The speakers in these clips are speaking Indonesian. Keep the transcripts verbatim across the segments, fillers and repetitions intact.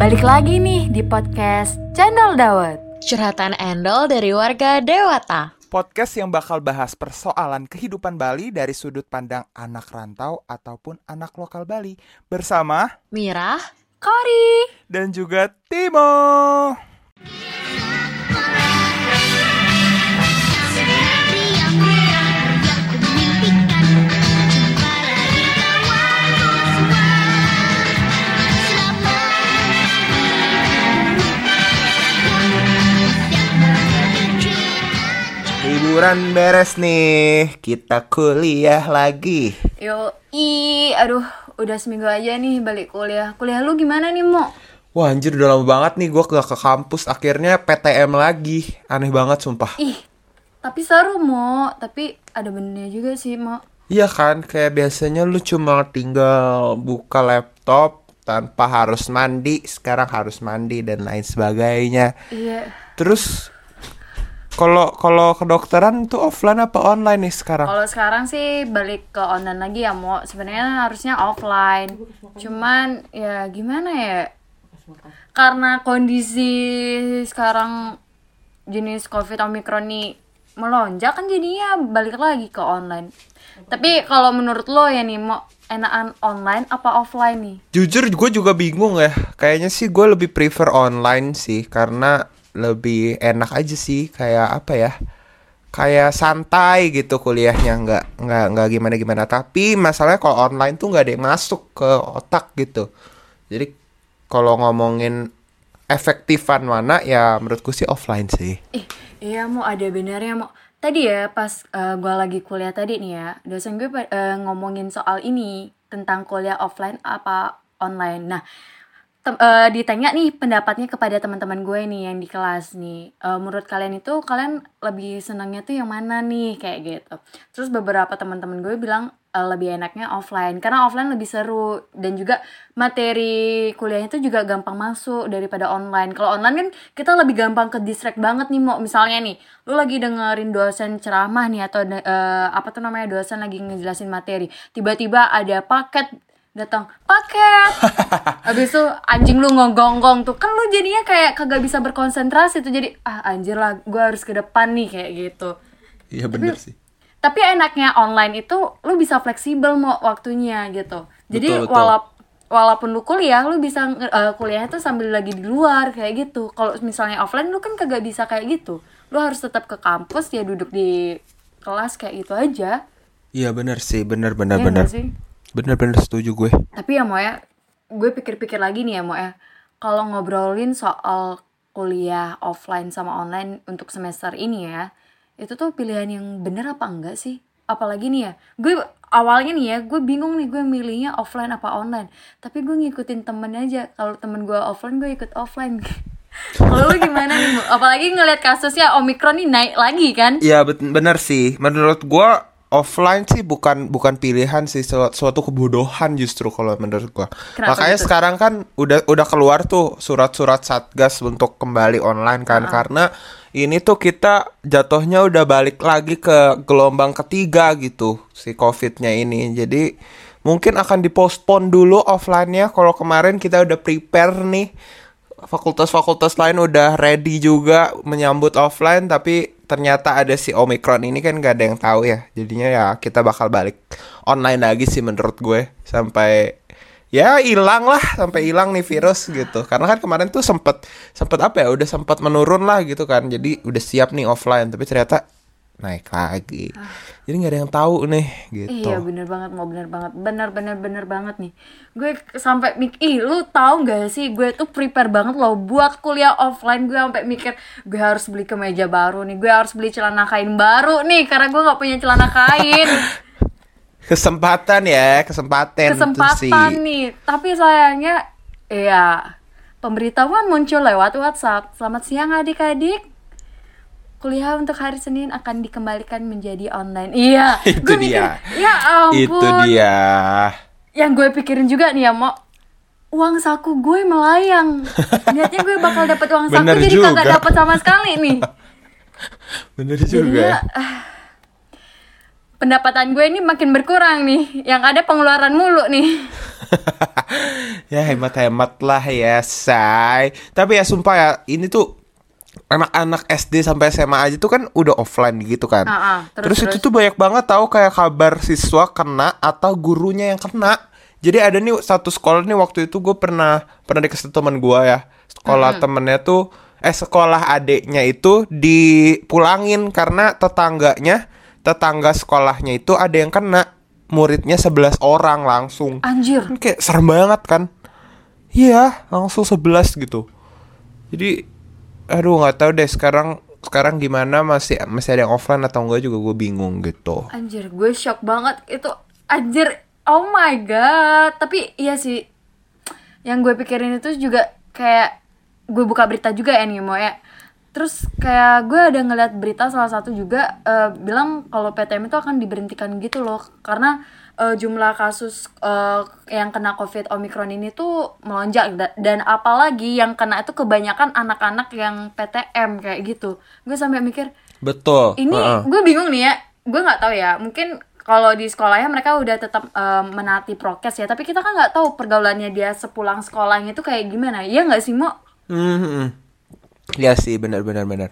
Balik lagi nih di podcast Channel Dawet. Curhatan Endol dari warga Dewata. Podcast yang bakal bahas persoalan kehidupan Bali dari sudut pandang anak rantau ataupun anak lokal Bali. Bersama Mirah, Kori, dan juga Timo. Liburan beres nih, kita kuliah lagi. Yo, i, aduh, udah seminggu aja nih balik kuliah. Kuliah lu gimana nih, Mo? Wah anjir, udah lama banget nih gue gak ke kampus. Akhirnya P T M lagi. Aneh banget sumpah. Ih, tapi seru, Mo. Tapi ada benernya juga sih, Mo. Iya kan, kayak biasanya lu cuma tinggal buka laptop tanpa harus mandi. Sekarang harus mandi dan lain sebagainya. Iya. Terus Kalau kalau kedokteran tuh offline apa online nih sekarang? Kalau sekarang sih balik ke online lagi ya, Mo. Sebenarnya harusnya offline. Cuman ya gimana ya? Karena kondisi sekarang jenis COVID Omicron nih melonjak kan jadinya balik lagi ke online. Tapi kalau menurut lo ya nih, Mo, enakan online apa offline nih? Jujur gue juga bingung ya. Kayaknya sih gue lebih prefer online sih, karena lebih enak aja sih, kayak apa ya, kayak santai gitu kuliahnya, nggak nggak nggak gimana gimana. Tapi masalahnya kalau online tuh nggak ada yang masuk ke otak gitu. Jadi kalau ngomongin efektifan mana, ya menurutku sih offline sih. Ih, iya, Mo, ada benernya, Mo. Tadi ya pas uh, gue lagi kuliah tadi nih ya, dosen gue uh, ngomongin soal ini tentang kuliah offline apa online. Nah, Tem- uh, ditanya nih pendapatnya kepada teman-teman gue nih yang di kelas nih, uh, menurut kalian itu kalian lebih senangnya tuh yang mana nih, kayak gitu. Terus beberapa teman-teman gue bilang uh, lebih enaknya offline karena offline lebih seru dan juga materi kuliahnya tuh juga gampang masuk daripada online. Kalau online kan kita lebih gampang ke distract banget nih, Mo. Misalnya nih lu lagi dengerin dosen ceramah nih atau uh, apa tuh namanya, dosen lagi ngejelasin materi, tiba-tiba ada paket datang, paket. Habis itu anjing lu ngonggong-gong tuh, kan lu jadinya kayak kagak bisa berkonsentrasi tuh. Jadi ah anjir lah, gue harus ke depan nih, kayak gitu. Iya bener sih. Tapi enaknya online itu lu bisa fleksibel mau waktunya gitu. Jadi Betul, betul. walaup, walaupun lu kuliah, lu bisa uh, kuliahnya tuh sambil lagi di luar kayak gitu. Kalau misalnya offline lu kan kagak bisa kayak gitu. Lu harus tetap ke kampus, ya duduk di kelas kayak gitu aja. Iya bener sih, bener bener Iya bener. nggak sih? Bener-bener setuju gue. Tapi ya, Mo, ya, gue pikir-pikir lagi nih ya, Mo, ya, kalau ngobrolin soal kuliah offline sama online untuk semester ini ya, itu tuh pilihan yang bener apa enggak sih? Apalagi nih ya, gue awalnya nih ya, gue bingung nih gue milihnya offline apa online. Tapi gue ngikutin temen aja, kalau temen gue offline gue ikut offline. Kalau lu gimana nih, Mo? Apalagi ngeliat kasusnya Omicron nih naik lagi kan? Iya bener sih. Menurut gue offline sih bukan bukan pilihan sih, suatu, suatu kebodohan justru kalau menurut gua. Kenapa Makanya gitu? sekarang kan udah udah keluar tuh surat-surat Satgas untuk kembali online kan, uh-huh. Karena ini tuh kita jatuhnya udah balik lagi ke gelombang ketiga gitu si COVID-nya ini. Jadi mungkin akan dipospon dulu offline-nya. Kalau kemarin kita udah prepare nih, fakultas-fakultas lain udah ready juga menyambut offline, tapi ternyata ada si Omicron ini kan gak ada yang tahu ya. Jadinya ya kita bakal balik online lagi sih menurut gue, sampai ya hilang lah, sampai hilang nih virus gitu. Karena kan kemarin tuh sempet sempet apa ya, udah sempet menurun lah gitu kan. Jadi udah siap nih offline, tapi ternyata naik lagi. Jadi nggak ada yang tahu nih gitu. Iya bener banget, mau bener banget, bener bener bener banget nih. Gue sampai mikir, ih lu tahu nggak sih, gue tuh prepare banget loh buat kuliah offline. Gue sampai mikir gue harus beli kemeja baru nih, gue harus beli celana kain baru nih karena gue nggak punya celana kain. Kesempatan ya, kesempatan. Kesempatan nih, tapi sayangnya, ya pemberitahuan muncul lewat WhatsApp. Selamat siang adik-adik. Kuliah untuk hari Senin akan dikembalikan menjadi online. Iya, itu gue mikir, dia. Ya ampun. Itu dia. Yang gue pikirin juga nih ya, Mo, uang saku gue melayang. Niatnya gue bakal dapet uang saku, Bener jadi juga. kagak dapet sama sekali nih. Bener Jadinya, juga ya. ah, pendapatan gue ini makin berkurang nih. Yang ada pengeluaran mulu nih. Ya hemat-hemat lah ya, say. Tapi ya sumpah ya, ini tuh anak-anak S D sampai S M A aja tuh kan udah offline gitu kan. Uh-uh, terus, terus, terus itu tuh banyak banget tahu kayak kabar siswa kena atau gurunya yang kena. Jadi ada nih satu sekolah nih, waktu itu gue pernah pernah dikasih teman gue ya. Sekolah Mm-mm. temennya tuh eh sekolah adeknya itu dipulangin karena tetangganya tetangga sekolahnya itu ada yang kena, muridnya sebelas orang langsung. Anjir. Kan kayak serem banget kan. Iya, langsung sebelas gitu. Jadi aduh nggak tahu deh sekarang sekarang gimana, masih masih ada yang offline atau enggak juga gue bingung gitu. Anjir, gue shock banget itu. Anjir, oh my god. Tapi iya sih, yang gue pikirin itu juga kayak gue buka berita juga ya nih, mau ya. Terus kayak gue ada ngeliat berita salah satu juga eh, bilang kalau P T M itu akan diberhentikan gitu loh, karena eh, jumlah kasus eh, yang kena COVID Omicron ini tuh melonjak. Da- dan apalagi yang kena itu kebanyakan anak-anak yang P T M kayak gitu. Gue sampai mikir, Betul. ini Heeh. gue bingung nih ya, gue nggak tahu ya, mungkin kalau di sekolahnya mereka udah tetap eh, menaati prokes ya, tapi kita kan nggak tahu pergaulannya dia sepulang sekolahnya itu kayak gimana, iya nggak sih Mo? Hmm, ya sih, benar benar benar.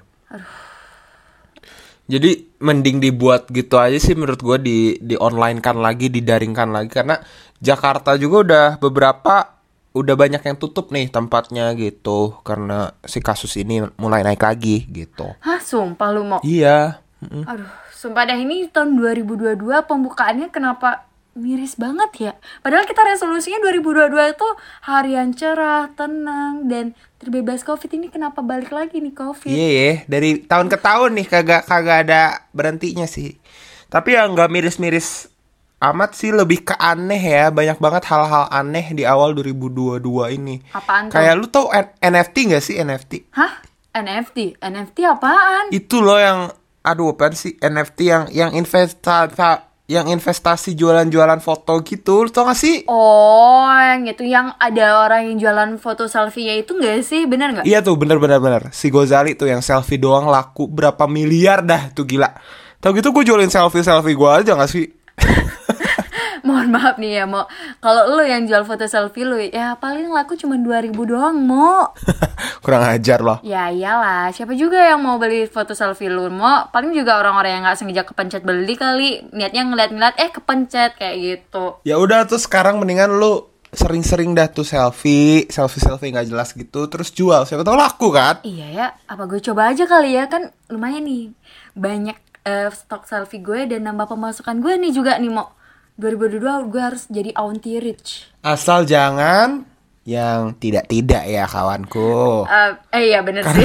Jadi mending dibuat gitu aja sih menurut gue, di di online kan lagi, didaringkan lagi, karena Jakarta juga udah beberapa udah banyak yang tutup nih tempatnya gitu karena si kasus ini mulai naik lagi gitu. Hah, sumpah lu Mo? Iya. Mm-mm. Aduh, sumpah dah, ini tahun dua ribu dua puluh dua pembukaannya kenapa miris banget ya? Padahal kita resolusinya dua ribu dua puluh dua itu harian cerah, tenang, dan terbebas COVID. Ini kenapa balik lagi nih COVID? Iya ya, dari tahun ke tahun nih kagak kagak ada berhentinya sih. Tapi ya nggak miris-miris amat sih, lebih ke aneh ya. Banyak banget hal-hal aneh di awal dua ribu dua puluh dua ini. Apaan tuh? Kayak lu tau N- NFT nggak sih, N F T? Hah? N F T? N F T apaan? Itu loh yang, aduh apaan sih N F T yang yang investasi yang investasi jualan-jualan foto gitu. Lu tau gak sih? Oh, yang itu yang ada orang yang jualan foto selfie-nya itu nggak sih? Bener nggak? Iya tuh, bener-bener bener. Si Gozali tuh yang selfie doang laku berapa miliar dah tuh, gila. Tau gitu gue jualin selfie-selfie gue aja gak sih? Mohon maaf nih ya, Mo. Kalau lu yang jual foto selfie lu, ya paling laku cuma dua ribu doang, Mo. Kurang ajar loh. Ya iyalah, siapa juga yang mau beli foto selfie lu, Mo? Paling juga orang-orang yang gak sengaja kepencet beli kali. Niatnya ngeliat-ngeliat, eh kepencet, kayak gitu. Ya udah tuh sekarang mendingan lu sering-sering dah tuh selfie, selfie-selfie nggak jelas gitu, terus jual. Siapa tahu laku kan? Iya ya, apa gue coba aja kali ya, kan lumayan nih. Banyak eh, stok selfie gue dan nambah pemasukan gue nih juga nih, Mo. dua ribu dua puluh dua gue harus jadi auntie rich. Asal jangan yang tidak-tidak ya kawanku. Eh, eh iya bener sih.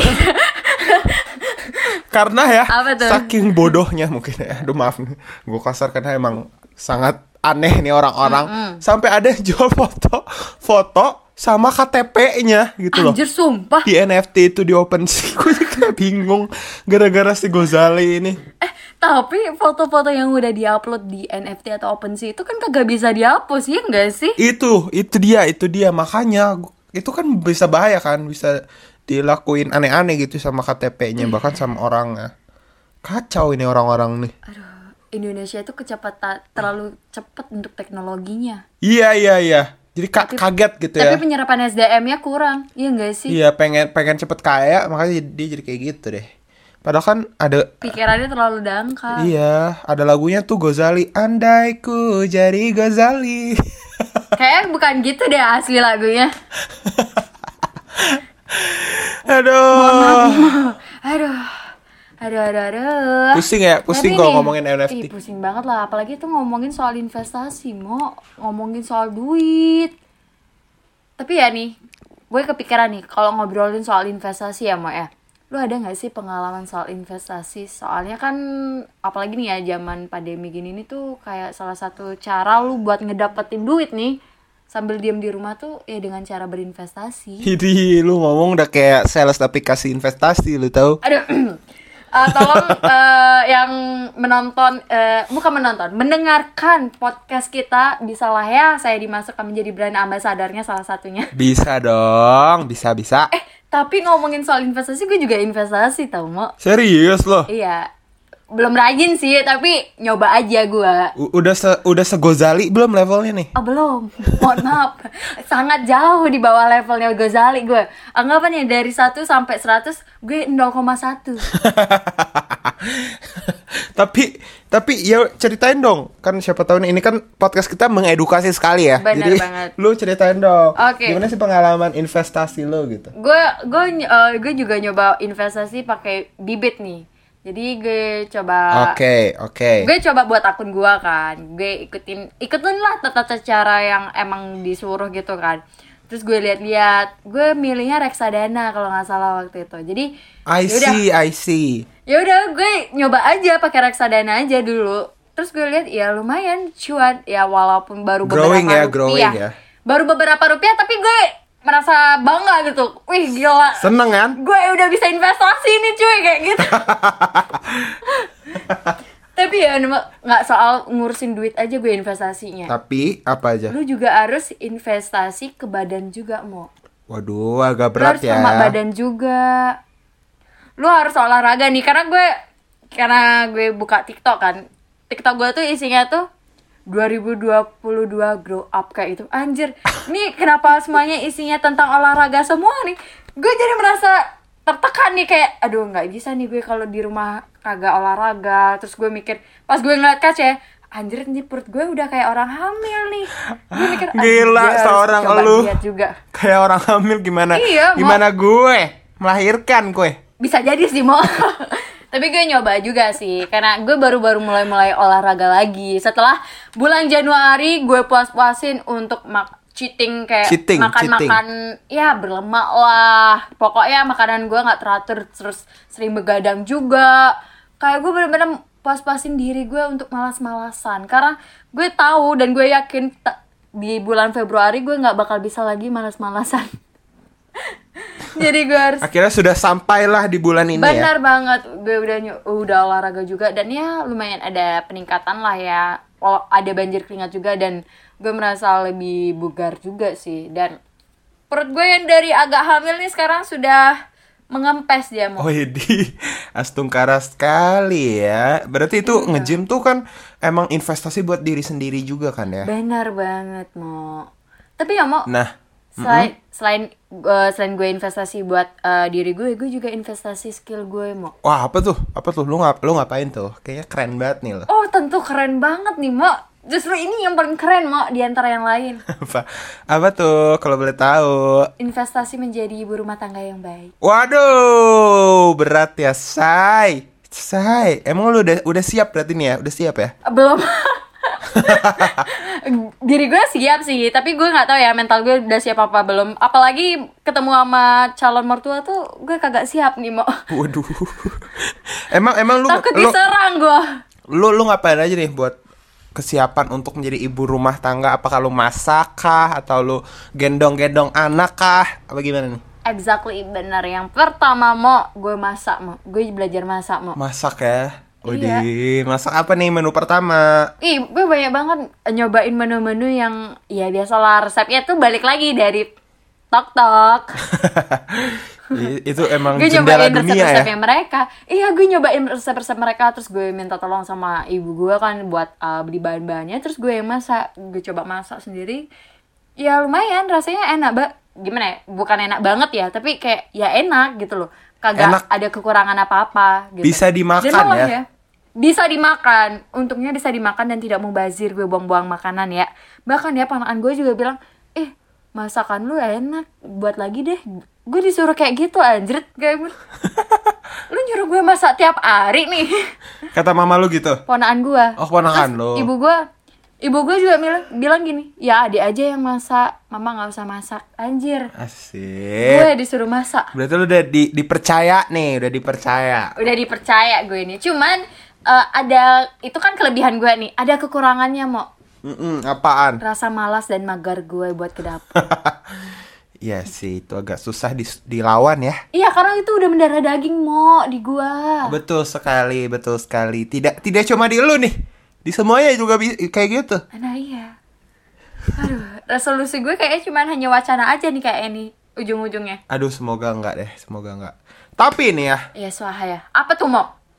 Karena ya Apa tuh? saking bodohnya mungkin ya. Aduh maaf nih, gue kasar karena emang sangat aneh nih orang-orang. Sampai ada yang jual foto foto sama K T P-nya gitu loh. Anjir sumpah. Di N F T itu di OpenSea. Gue juga bingung gara-gara si Gozali ini. Eh, tapi foto-foto yang udah diupload di N F T atau OpenSea itu kan kagak bisa dihapus, ya enggak sih? Itu, itu dia, itu dia. Makanya itu kan bisa bahaya kan, bisa dilakuin aneh-aneh gitu sama K T P-nya, bahkan sama orangnya. Kacau ini orang-orang nih. Aduh, Indonesia itu kecepatan terlalu cepat untuk teknologinya. Iya, iya, iya. Jadi ka- kaget gitu ya. Tapi penyerapan S D M-nya kurang, iya enggak sih? Iya, pengen pengen cepet kaya, makanya dia jadi kayak gitu deh. Padahal kan ada, Pikirannya terlalu dangkal. iya, ada lagunya tuh Gozali, andai ku jadi Gozali. Kayaknya bukan gitu deh asli lagunya. Aduh. Aduh. Aduh, aduh, aduh. Pusing ya, pusing Tapi kalau nih, ngomongin N F T. Ih, pusing banget lah. Apalagi tuh ngomongin soal investasi, Mo. Ngomongin soal duit. Tapi ya nih, gue kepikiran nih, kalau ngobrolin soal investasi ya, Mo ya. Lu ada gak sih pengalaman soal investasi? Soalnya kan, apalagi nih ya, zaman pandemi gini nih tuh kayak salah satu cara lu buat ngedapetin duit nih. Sambil diem di rumah tuh ya dengan cara berinvestasi. Ini lu ngomong udah kayak sales aplikasi investasi, lu tahu? Aduh, Uh, tolong uh, yang menonton, uh, bukan menonton, mendengarkan podcast kita bisa lah ya saya dimasukkan menjadi brand ambasadornya salah satunya. Bisa dong, bisa bisa. Eh, tapi ngomongin soal investasi, gue juga investasi tau, Mo. Serius loh? Iya, belum rajin sih, tapi nyoba aja gue. U- udah se udah segozali belum levelnya nih? Oh belum, mohon maaf. Sangat jauh di bawah levelnya Ghazali gue. Anggapannya dari satu sampai seratus, gue nol koma satu. tapi tapi ya ceritain dong, kan siapa tahu nih, ini kan podcast kita mengedukasi sekali ya. Bener Jadi banget. lu ceritain dong. Oke. Gimana sih pengalaman investasi lu gitu? Gue gue uh, gue juga nyoba investasi pakai bibit nih. Jadi gue coba. Oke, oke. Gue coba buat akun gue kan. Gue ikutin ikutin lah tata cara yang emang disuruh gitu kan. Terus gue lihat-lihat, gue milihnya reksadana kalau nggak salah waktu itu. Jadi I yaudah, see, I see. ya udah gue nyoba aja pakai reksadana aja dulu. Terus gue lihat ya lumayan cuan ya, walaupun baru Growing beberapa ya, rupiah. growing ya. Baru beberapa rupiah tapi gue merasa bangga gitu. Wih gila. Seneng kan? Gue udah bisa investasi nih cuy kayak gitu. Tapi ya nggak soal ngurusin duit aja gue investasinya. Tapi apa aja? Lu juga harus investasi ke badan juga, Mo. Waduh, agak Lu berat harus ya. sama badan juga. Lu harus olahraga nih, karena gue karena gue buka TikTok kan. TikTok gue tuh isinya tuh dua ribu dua puluh dua grow up kayak itu. Anjir, nih kenapa semuanya isinya tentang olahraga semua nih? Gue jadi merasa tertekan nih, kayak aduh nggak bisa nih gue kalau di rumah kagak olahraga. Terus gue mikir, pas gue ngeliat kaca ya, anjir nih perut gue udah kayak orang hamil nih. Gue mikir, Gila, seorang lu juga. Kayak orang hamil gimana? Iya, gimana gue melahirkan gue? Bisa jadi sih, Mo. Tapi gue nyoba juga sih, karena gue baru-baru mulai-mulai olahraga lagi. Setelah bulan Januari gue puas-puasin untuk mak cheating kayak Cheating, makan-makan ya berlemak lah. Pokoknya makanan gue nggak teratur, terus sering begadang juga. Kayak gue bener-bener puas-puasin diri gue untuk malas-malasan. Karena gue tahu dan gue yakin ta- di bulan Februari gue nggak bakal bisa lagi malas-malasan. Jadi gue harus Akhirnya sudah sampailah di bulan ini. benar ya. banget, gue udah ny- udah olahraga juga dan ya lumayan ada peningkatan lah ya. Oh, ada banjir keringat juga dan gue merasa lebih bugar juga sih. Dan perut gue yang dari agak hamil nih sekarang sudah mengempes dia, Mo. Oh ini astungkara sekali ya. Berarti itu nge-gym tuh kan emang investasi buat diri sendiri juga kan ya. Benar banget, Mo. Tapi ya, Mo, Nah, selain selain uh, selain gue investasi buat uh, diri gue, gue juga investasi skill gue, Mo. wah apa tuh? Apa tuh? Lu ngap lu ngapain tuh? Kayaknya keren banget nih lo. Oh, tentu keren banget nih, Mo. Justru ini yang paling keren, Mo, di antara yang lain. apa? Apa tuh? Kalau boleh tahu. Investasi menjadi ibu rumah tangga yang baik. Waduh, berat ya, Say. Say, emang lu udah udah siap berarti nih ya? Udah siap ya? Belum. Diri gue siap sih, tapi gue nggak tahu ya mental gue udah siap apa belum. Apalagi ketemu sama calon mertua tuh gue kagak siap nih, Mo. Waduh. emang emang lu Takut lu, diserang gue. lu lu ngapain aja nih buat kesiapan untuk menjadi ibu rumah tangga? Apakah lu masak kah atau lu gendong-gendong anak kah? Apa gimana nih? Exactly, benar. Yang pertama, Mo, gue masak, Mo. Gue belajar masak, Mo. Masak ya. Iya. Widih, masak apa nih menu pertama? Ih, gue banyak banget nyobain menu-menu yang ya biasalah resepnya tuh balik lagi dari tok-tok. I- itu emang Gue jendela nyobain dunia ya. resep-resepnya mereka. Iya, gue nyobain resep-resep mereka. Terus gue minta tolong sama ibu gue kan buat uh, beli bahan-bahannya. Terus gue yang masak. Gue coba masak sendiri. Ya lumayan, rasanya enak, Mbak. Gimana ya? Bukan enak banget ya, tapi kayak ya enak gitu loh. Kagak Enak. ada kekurangan apa-apa gitu. Bisa dimakan Dan malah ya? Bisa dimakan. Untungnya bisa dimakan dan tidak mubazir gue buang-buang makanan ya. Bahkan ya ponakan gue juga bilang, "Eh, masakan lu enak, buat lagi deh." Gue disuruh kayak gitu anjir. Kayak lu nyuruh gue masak tiap hari nih. Kata mama lu gitu? Ponakan gue. Oh, ponakan Terus lu. Ibu gue Ibu gue juga bilang, bilang gini, "Ya adik aja yang masak, mama gak usah masak." Anjir, Asik. gue disuruh masak. Berarti lu udah di, dipercaya nih, udah dipercaya. Udah dipercaya gue nih. Cuman eh, ada, itu kan kelebihan gue nih. Ada kekurangannya, Mo. Mm-mm, apaan? Rasa malas dan magar gue buat ke dapur. Iya sih, itu agak susah dis- dilawan ya. Iya, karena itu udah mendarah daging, Mo, di gue. Betul sekali, betul sekali. Tidak tidak cuma di lu nih. Di semuanya juga bi- kayak gitu. Nah iya. Aduh, resolusi gue kayaknya cuma hanya wacana aja nih kayak ini ujung-ujungnya. Aduh, semoga enggak deh, semoga enggak. Tapi nih ya, Iya, swaha ya. Apa tuh, Mo?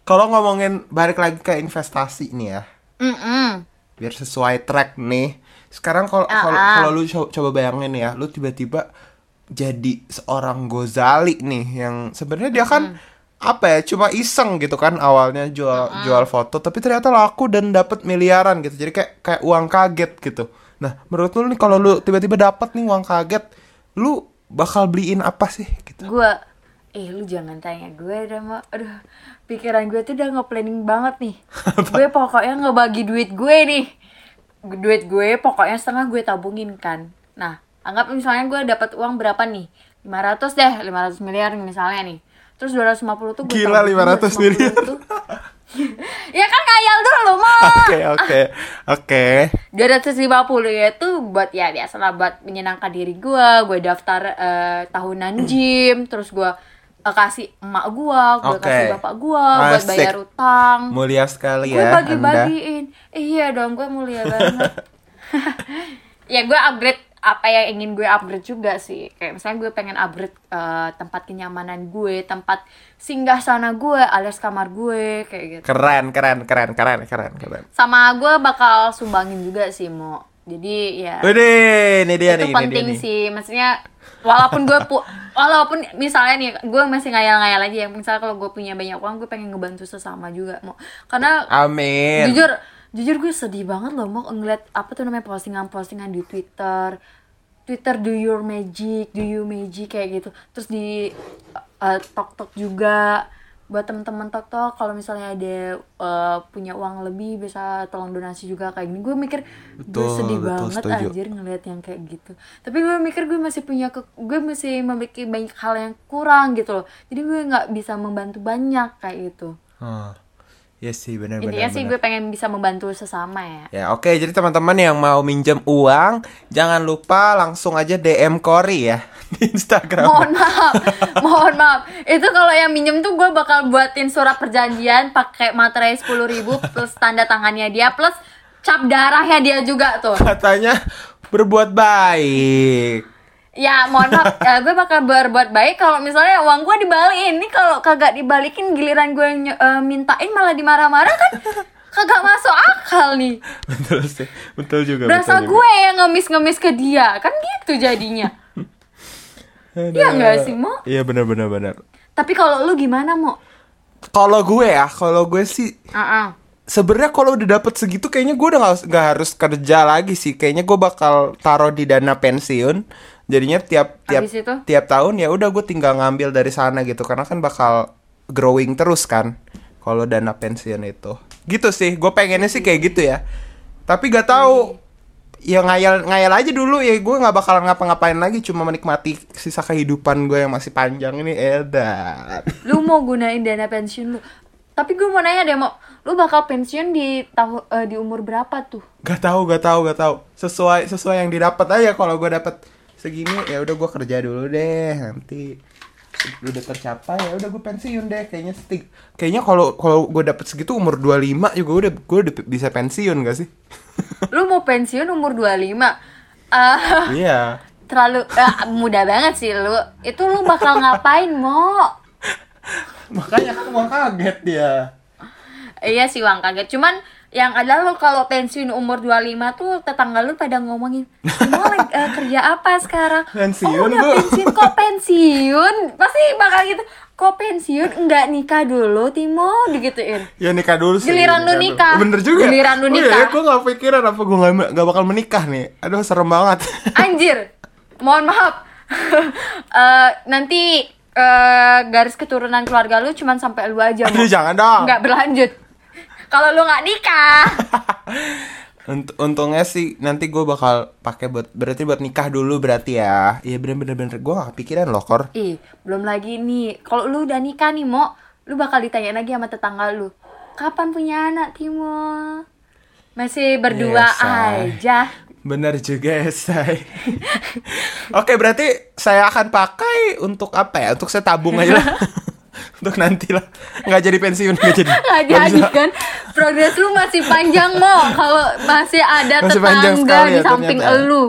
Kalau ngomongin balik lagi ke investasi nih ya, Mm-mm. biar sesuai track nih. Sekarang kalau Ah, kalau ah. kalau lu co- coba bayangin ya, lu tiba-tiba jadi seorang Gozali nih yang sebenarnya dia kan apa ya, cuma iseng gitu kan awalnya jual jual foto, tapi ternyata laku dan dapat miliaran gitu. Jadi kayak kayak uang kaget gitu. Nah, menurut lu nih kalau lu tiba-tiba dapat nih uang kaget, lu bakal beliin apa sih gitu? Gue, eh lu jangan tanya gue udah mau, aduh, pikiran gue tuh udah nge-planning banget nih. Gue pokoknya ngebagi duit gue nih. Duit gue pokoknya setengah gue tabungin kan. Nah, anggap misalnya gue dapat uang berapa nih? lima ratus deh, lima ratus miliar misalnya nih. Terus dua ratus lima puluh tuh gue Gila, tabungin lima ratus dua ratus lima puluh miliar. tuh. Ya kan ngayal dulu mau. Oke, oke. Oke. dua ratus lima puluh ya itu buat ya biasalah buat menyenangkan diri gue. Gue daftar eh, tahunan gym, terus gue eh, kasih emak gue, gue Oke. kasih bapak gue buat Asik. bayar utang. Mulia sekali Gue ya Anda. bagi-bagiin. Eh, iya dong, gue mulia banget. Ya gue upgrade apa yang ingin gue upgrade juga sih. Kayak misalnya gue pengen upgrade eh, tempat kenyamanan gue, tempat singgah sana gue, alias kamar gue kayak gitu. Keren, keren, keren, keren, keren, keren. Sama gue bakal sumbangin juga sih, Mo. Jadi ya Widih, ini dia itu nih, ini dia penting nih. sih. Maksudnya walaupun gue pu walaupun misalnya nih gue masih ngayal-ngayal aja ya. Misalnya kalau gue punya banyak uang, gue pengen ngebantu sesama juga, Mo. Karena Amin. jujur jujur gue sedih banget loh mau ngeliat apa tuh namanya postingan-postingan di Twitter Twitter do your magic do you magic kayak gitu, terus di uh, tok-tok juga buat teman-teman tok-tok kalau misalnya ada uh, punya uang lebih bisa tolong donasi juga kayak gini. Gue mikir gue Betul, sedih betul, banget setuju. anjir ngeliat yang kayak gitu, tapi gue mikir gue masih punya ke gue masih memiliki banyak hal yang kurang gitu loh, jadi gue nggak bisa membantu banyak kayak gitu. Hmm. Iya sih, benar-benar. Intinya sih gue pengen bisa membantu sesama ya. Ya oke, jadi teman-teman yang mau minjem uang, jangan lupa langsung aja D M Cory ya di Instagram. Mohon maaf, mohon maaf. Itu kalau yang minjem tuh gue bakal buatin surat perjanjian pakai materai sepuluh ribu plus tanda tangannya dia plus cap darahnya dia juga tuh. Katanya berbuat baik. Ya mohon maaf, ya, gue bakal berbuat baik kalau misalnya uang gue dibalikin. Ini kalau kagak dibalikin giliran gue ny- eh, mintain malah dimarah-marah kan kagak masuk akal nih. Betul sih, betul juga. Berasa betul juga. gue yang ngemis-ngemis ke dia kan gitu jadinya. Aduh. Iya nggak sih, Mo? Iya benar-benar benar. Tapi kalau lu gimana, Mo? Kalau gue ya, kalau gue sih Uh-uh. sebenarnya kalau udah dapet segitu kayaknya gue udah nggak nggak harus kerja lagi sih. Kayaknya gue bakal taruh di dana pensiun. Jadinya tiap tiap Habis itu? tiap tahun ya udah gue tinggal ngambil dari sana gitu, karena kan bakal growing terus kan kalau dana pensiun itu. Gitu sih, gue pengennya sih kayak gitu ya. Tapi gak tahu, ya ngayal ngayal aja dulu ya, gue nggak bakalan ngapa-ngapain lagi, cuma menikmati sisa kehidupan gue yang masih panjang ini. Edan. Lu mau gunain dana pensiun lu. Tapi gue mau nanya deh, mau lu bakal pensiun di tahu eh, di umur berapa tuh? Gak tahu, gak tahu, gak tahu. Sesuai sesuai yang didapat aja. Kalau gue dapat segini ya udah gue kerja dulu deh, nanti udah tercapai ya udah gue pensiun deh. Kayaknya stik. Kayaknya kalau kalau gue dapat segitu umur dua puluh lima juga udah gue udah bisa pensiun gak sih? Lu mau pensiun umur dua puluh lima? Ah, Iya. terlalu ah, muda banget sih lu. Itu lu bakal ngapain, Mo? Makanya kan mau kaget dia. Iya sih, Wang, kaget. Cuman yang ada lu kalau pensiun umur dua puluh lima tuh tetangga lu pada ngomongin, "Mau lagi eh, kerja apa sekarang?" Pensiun, "Oh, udah Bu." pensiun, kok pensiun?" Pasti bakal gitu. "Kok pensiun? Enggak nikah dulu, Timo?" digituin. Ya nikah dulu sih. Giliran lu nikah. Bener juga. Giliran lu Oh, nikah. iya, gue gak pikiran apa gue gak, gak bakal menikah nih. Aduh serem banget. Anjir. Mohon maaf. Eh, nanti eh, garis keturunan keluarga lu cuman sampai lu aja, Mo. Aduh jangan dong. Nggak berlanjut. Kalau lu nggak nikah. Unt- untungnya sih nanti gue bakal pakai buat berarti buat nikah dulu berarti ya. Iya bener bener bener gue gak kepikiran loh Kor. Ih, belum lagi nih. Kalau lu udah nikah nih, Mo, lu bakal ditanya lagi sama tetangga lu. "Kapan punya anak, Timo?" Masih berdua Yes, Say. aja. Bener juga ya say. Oke berarti saya akan pakai untuk apa ya? Untuk saya tabung aja lah. Untuk nanti lah. Nggak jadi pensiun nggak jadi. Nggak Nggak jadi bisa. kan? Progres lu masih panjang, Mo. Kalau masih ada Masih panjang tetangga sekali di ya, samping ternyata. elu.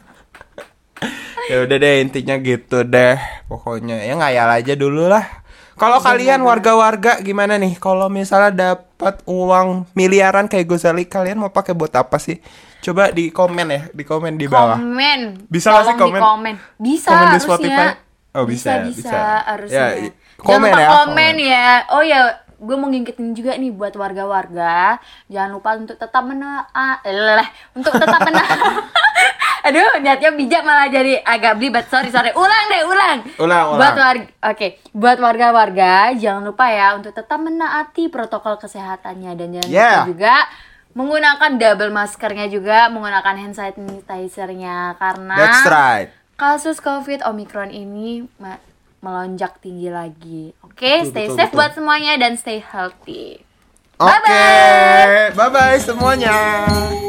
Ya udah deh intinya gitu deh. Pokoknya ya ngayal aja dulu lah. Kalau kalian warga-warga gimana nih? Kalau misalnya dapat uang miliaran kayak Gozali, kalian mau pakai buat apa sih? Coba di komen ya, di komen di bawah. Komen. Bisa nggak sih Tolong komen? di komen. Bisa Komen di harusnya. Spotify? Oh, bisa, bisa, bisa. bisa, harusnya. Ya, i- Jangan komen lupa ya, komen, komen. ya. Oh ya, gue mau ngingetin juga nih buat warga-warga, jangan lupa untuk tetap mena ah, lelah, untuk tetap mena Aduh, niatnya bijak malah jadi agak belibet. Sorry, sorry. Ulang deh, ulang. Ulang, ulang. Buat warga, oke. Buat warga-warga, jangan lupa ya untuk tetap menaati protokol kesehatannya dan jangan Yeah. lupa juga menggunakan double maskernya juga, menggunakan hand sanitizer-nya karena That's right. kasus COVID Omicron ini ma- melonjak tinggi lagi. Oke, Betul, stay betul, safe betul. buat semuanya dan stay healthy. Oke, bye bye semuanya.